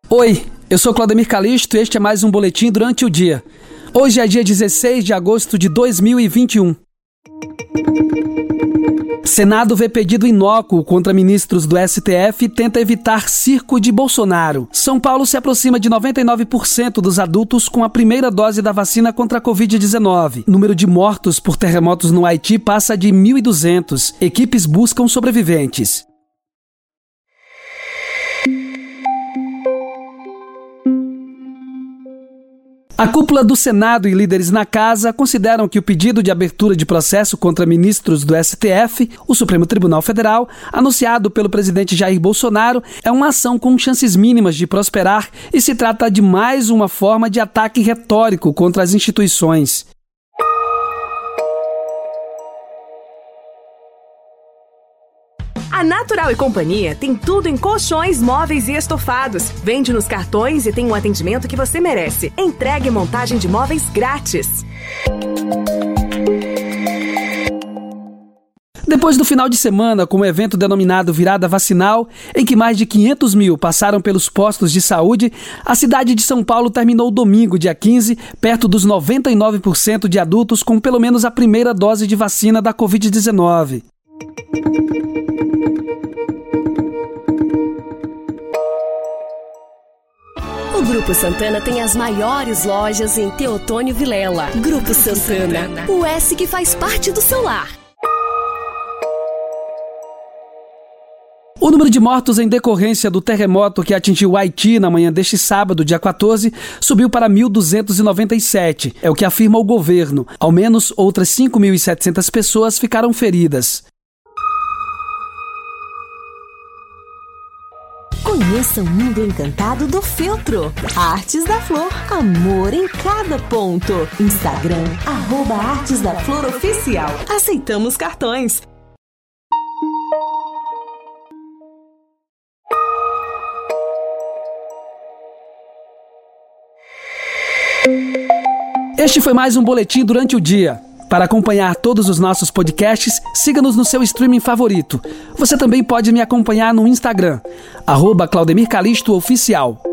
Oi, eu sou Claudemir Calisto e este é mais um Boletim Durante o Dia. Hoje é dia 16 de agosto de 2021. Senado vê pedido inócuo contra ministros do STF e tenta evitar circo de Bolsonaro. São Paulo se aproxima de 99% dos adultos com a primeira dose da vacina contra a Covid-19. O número de mortos por terremotos no Haiti passa de 1.200. Equipes buscam sobreviventes. A cúpula do Senado e líderes na casa consideram que o pedido de abertura de processo contra ministros do STF, o Supremo Tribunal Federal, anunciado pelo presidente Jair Bolsonaro, é uma ação com chances mínimas de prosperar e se trata de mais uma forma de ataque retórico contra as instituições. A Natural e Companhia tem tudo em colchões, móveis e estofados. Vende nos cartões e tem um atendimento que você merece. Entrega e montagem de móveis grátis. Depois do final de semana, com o evento denominado Virada Vacinal, em que mais de 500 mil passaram pelos postos de saúde, a cidade de São Paulo terminou domingo, dia 15, perto dos 99% de adultos com pelo menos a primeira dose de vacina da Covid-19. O Grupo Santana tem as maiores lojas em Teotônio Vilela. Grupo Santana, o S que faz parte do seu lar. O número de mortos em decorrência do terremoto que atingiu o Haiti na manhã deste sábado, dia 14, subiu para 1.297. É o que afirma o governo. Ao menos outras 5.700 pessoas ficaram feridas. Conheça o mundo encantado do Feltro. Artes da Flor, amor em cada ponto. Instagram, @Artes da Flor Oficial. Aceitamos cartões. Este foi mais um Boletim Durante o Dia. Para acompanhar todos os nossos podcasts, siga-nos no seu streaming favorito. Você também pode me acompanhar no Instagram, @Claudemir Calisto Oficial.